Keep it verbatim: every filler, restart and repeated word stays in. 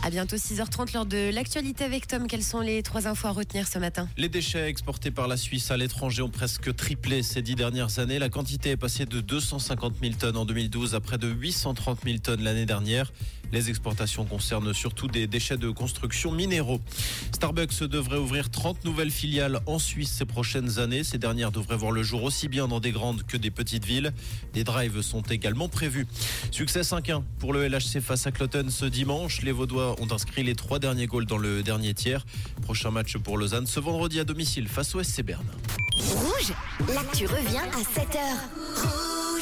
À bientôt six heures trente lors de l'actualité avec Tom. Quelles sont les trois infos à retenir ce matin? Les déchets exportés par la Suisse à l'étranger ont presque triplé ces dix dernières années. La quantité est passée de deux cent cinquante mille tonnes en deux mille douze à près de huit cent trente mille tonnes l'année dernière. Les exportations concernent surtout des déchets de construction minéraux. Starbucks devrait ouvrir trente nouvelles filiales en Suisse ces prochaines années. Ces dernières devraient voir le jour aussi bien dans des grandes que des petites villes. Des drives sont également prévus. Succès cinq un pour le L H C face à Cloton ce dimanche. Les Vaudois ont inscrit les trois derniers goals dans le dernier tiers. Prochain match pour Lausanne ce vendredi à domicile face au S C Berne. Rouge, l'actu revient à sept heures.